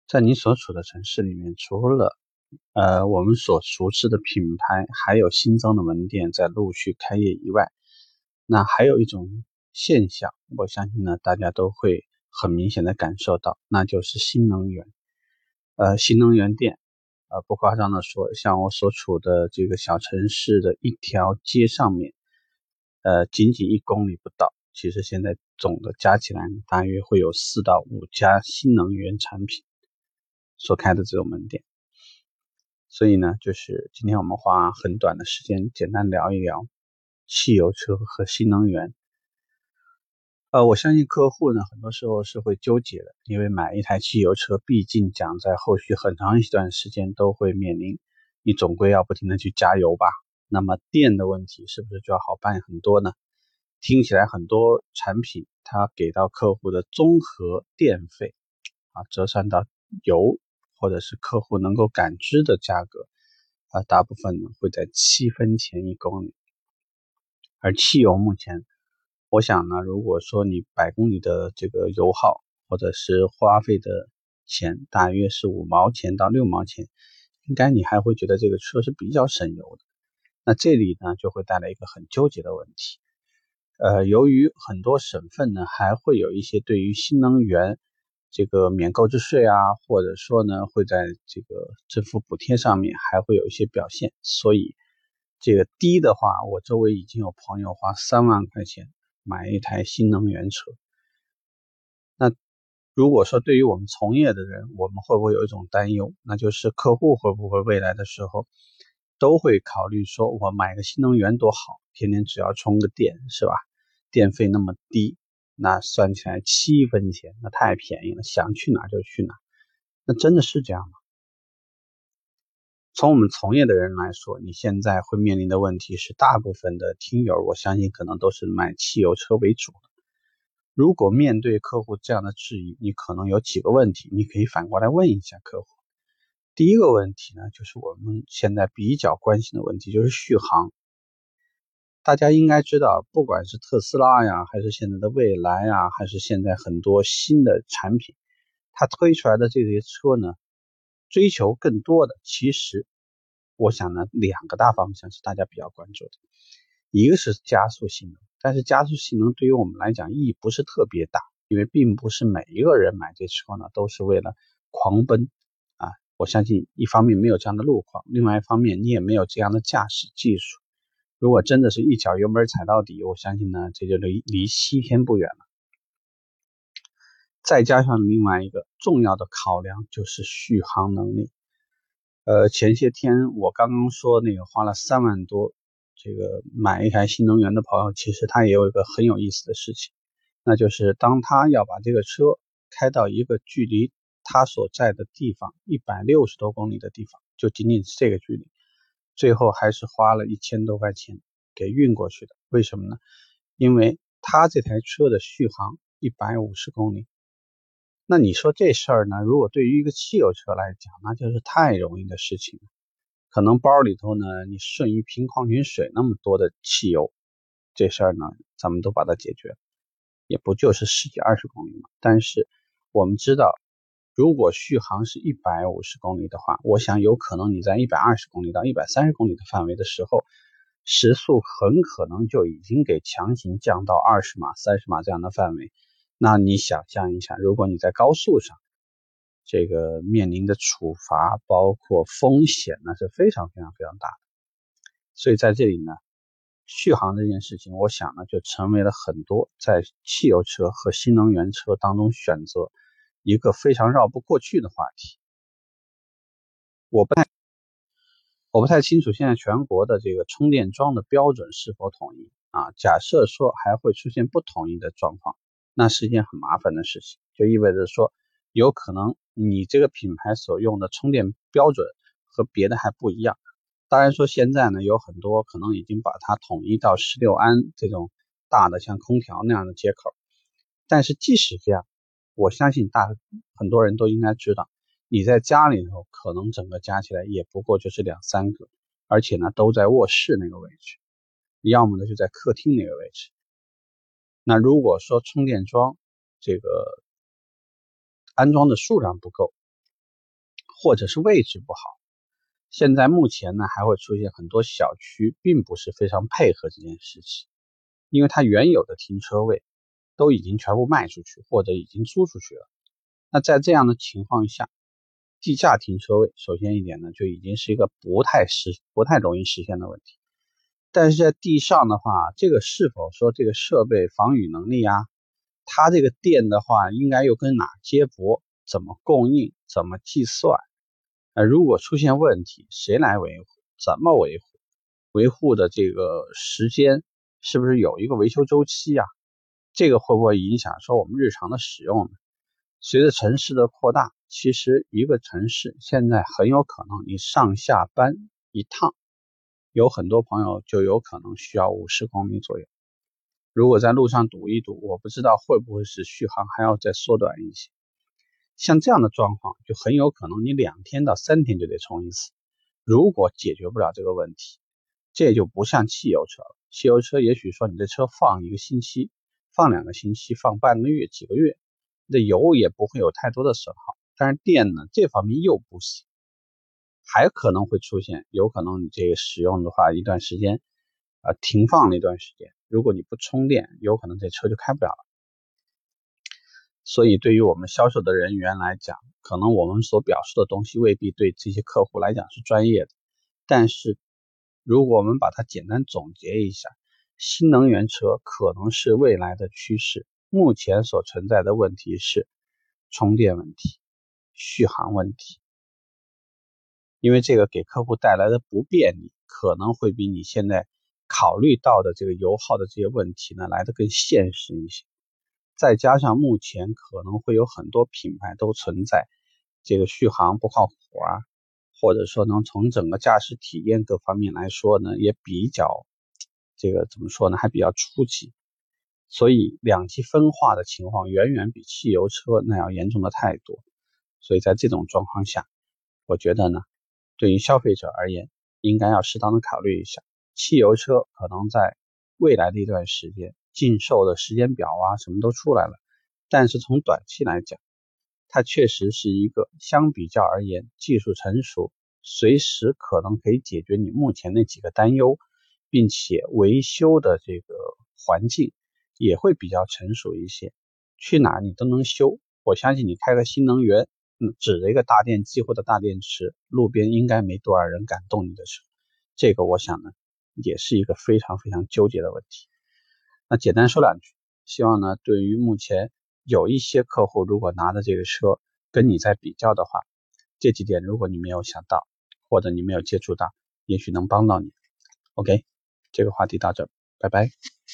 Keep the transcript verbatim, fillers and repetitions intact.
在你所处的城市里面，除了呃我们所熟知的品牌，还有新增的门店在陆续开业以外，那还有一种现象，我相信呢大家都会很明显的感受到，那就是新能源。呃，新能源店，呃，不夸张的说，像我所处的这个小城市的一条街上面，呃，仅仅一公里不到，其实现在总的加起来大约会有四到五家新能源产品所开的这种门店。所以呢，就是今天我们花很短的时间简单聊一聊汽油车和新能源。呃，我相信客户呢，很多时候是会纠结的，因为买一台汽油车，毕竟讲在后续很长一段时间都会面临，你总归要不停的去加油吧。那么电的问题是不是就要好办很多呢？听起来很多产品它给到客户的综合电费啊，折算到油或者是客户能够感知的价格啊，大部分呢会在七分钱一公里，而汽油目前。我想呢，如果说你百公里的这个油耗或者是花费的钱大约是五毛钱到六毛钱，应该你还会觉得这个车是比较省油的。那这里呢就会带来一个很纠结的问题。呃，由于很多省份呢还会有一些对于新能源这个免购置税啊，或者说呢会在这个政府补贴上面还会有一些表现，所以这个低的话，我周围已经有朋友花三万块钱买一台新能源车。那如果说对于我们从业的人，我们会不会有一种担忧，那就是客户会不会未来的时候都会考虑说，我买个新能源多好，天天只要充个电是吧，电费那么低，那算起来七分钱，那太便宜了，想去哪就去哪。那真的是这样吗？从我们从业的人来说，你现在会面临的问题是，大部分的听友我相信可能都是买汽油车为主的。如果面对客户这样的质疑，你可能有几个问题，你可以反过来问一下客户。第一个问题呢，就是我们现在比较关心的问题，就是续航。大家应该知道，不管是特斯拉呀，还是现在的蔚来呀，还是现在很多新的产品，它推出来的这些车呢，追求更多的，其实我想呢，两个大方向是大家比较关注的。一个是加速性能，但是加速性能对于我们来讲意义不是特别大，因为并不是每一个人买这车呢都是为了狂奔啊。我相信一方面没有这样的路况，另外一方面你也没有这样的驾驶技术。如果真的是一脚油门踩到底，我相信呢这就离离西天不远了。再加上另外一个重要的考量就是续航能力。呃，前些天我刚刚说那个花了三万多这个买一台新能源的朋友，其实他也有一个很有意思的事情，那就是当他要把这个车开到一个距离他所在的地方一百六十多公里的地方，就仅仅是这个距离，最后还是花了一千多块钱给运过去的。为什么呢？因为他这台车的续航一百五十公里。那你说这事儿呢，如果对于一个汽油车来讲，那就是太容易的事情了。可能包里头呢，你顺一瓶矿泉水那么多的汽油，这事儿呢，咱们都把它解决了，也不就是十几二十公里嘛。但是我们知道，如果续航是一百五十公里的话，我想有可能你在一百二十公里到一百三十公里的范围的时候，时速很可能就已经给强行降到二十码、三十码这样的范围。那你想象一下，如果你在高速上，这个面临的处罚包括风险呢是非常非常非常大的。所以在这里呢，续航这件事情，我想呢就成为了很多在汽油车和新能源车当中选择一个非常绕不过去的话题。我不太我不太清楚现在全国的这个充电桩的标准是否统一啊？假设说还会出现不统一的状况，那是一件很麻烦的事情，就意味着说有可能你这个品牌所用的充电标准和别的还不一样。当然说现在呢有很多可能已经把它统一到十六安这种大的像空调那样的接口，但是即使这样，我相信大很多人都应该知道，你在家里头可能整个加起来也不过就是两三个，而且呢都在卧室那个位置，要么呢就在客厅那个位置。那如果说充电桩这个安装的数量不够， 或者是位置不好。现在目前呢，还会出现很多小区并不是非常配合这件事情，因为它原有的停车位都已经全部卖出去或者已经租出去了。那在这样的情况下，地下停车位首先一点呢，就已经是一个不太实不太容易实现的问题。但是在地上的话，这个是否说这个设备防雨能力啊，它这个电的话应该又跟哪接驳，怎么供应，怎么计算，呃，如果出现问题，谁来维护，怎么维护，维护的这个时间是不是有一个维修周期啊？这个会不会影响说我们日常的使用呢？随着城市的扩大，其实一个城市现在很有可能你上下班一趟，有很多朋友就有可能需要五十公里左右。如果在路上堵一堵，我不知道会不会使续航还要再缩短一些。像这样的状况，就很有可能你两天到三天就得充一次。如果解决不了这个问题，这就不像汽油车了。汽油车也许说你这车放一个星期，放两个星期，放半个月、几个月，你的油也不会有太多的损耗。但是电呢，这方面又不行，还可能会出现，有可能你这个使用的话，一段时间，呃，停放了一段时间，如果你不充电，有可能这车就开不了了。所以对于我们销售的人员来讲，可能我们所表述的东西未必对这些客户来讲是专业的，但是如果我们把它简单总结一下，新能源车可能是未来的趋势，目前所存在的问题是充电问题、续航问题，因为这个给客户带来的不便利可能会比你现在考虑到的这个油耗的这些问题呢来得更现实一些。再加上目前可能会有很多品牌都存在这个续航不靠谱啊，或者说能从整个驾驶体验各方面来说呢，也比较这个怎么说呢，还比较初级，所以两极分化的情况远远比汽油车那要严重的太多。所以在这种状况下，我觉得呢，对于消费者而言，应该要适当的考虑一下，汽油车可能在未来的一段时间禁售的时间表啊什么都出来了，但是从短期来讲，它确实是一个相比较而言技术成熟，随时可能可以解决你目前那几个担忧，并且维修的这个环境也会比较成熟一些，去哪你都能修。我相信你开个新能源，嗯，指着一个大电机或者大电池，路边应该没多少人敢动你的车。这个我想呢，也是一个非常非常纠结的问题。那简单说两句，希望呢，对于目前有一些客户如果拿的这个车跟你在比较的话，这几点如果你没有想到，或者你没有接触到，也许能帮到你。OK， 这个话题到这，拜拜。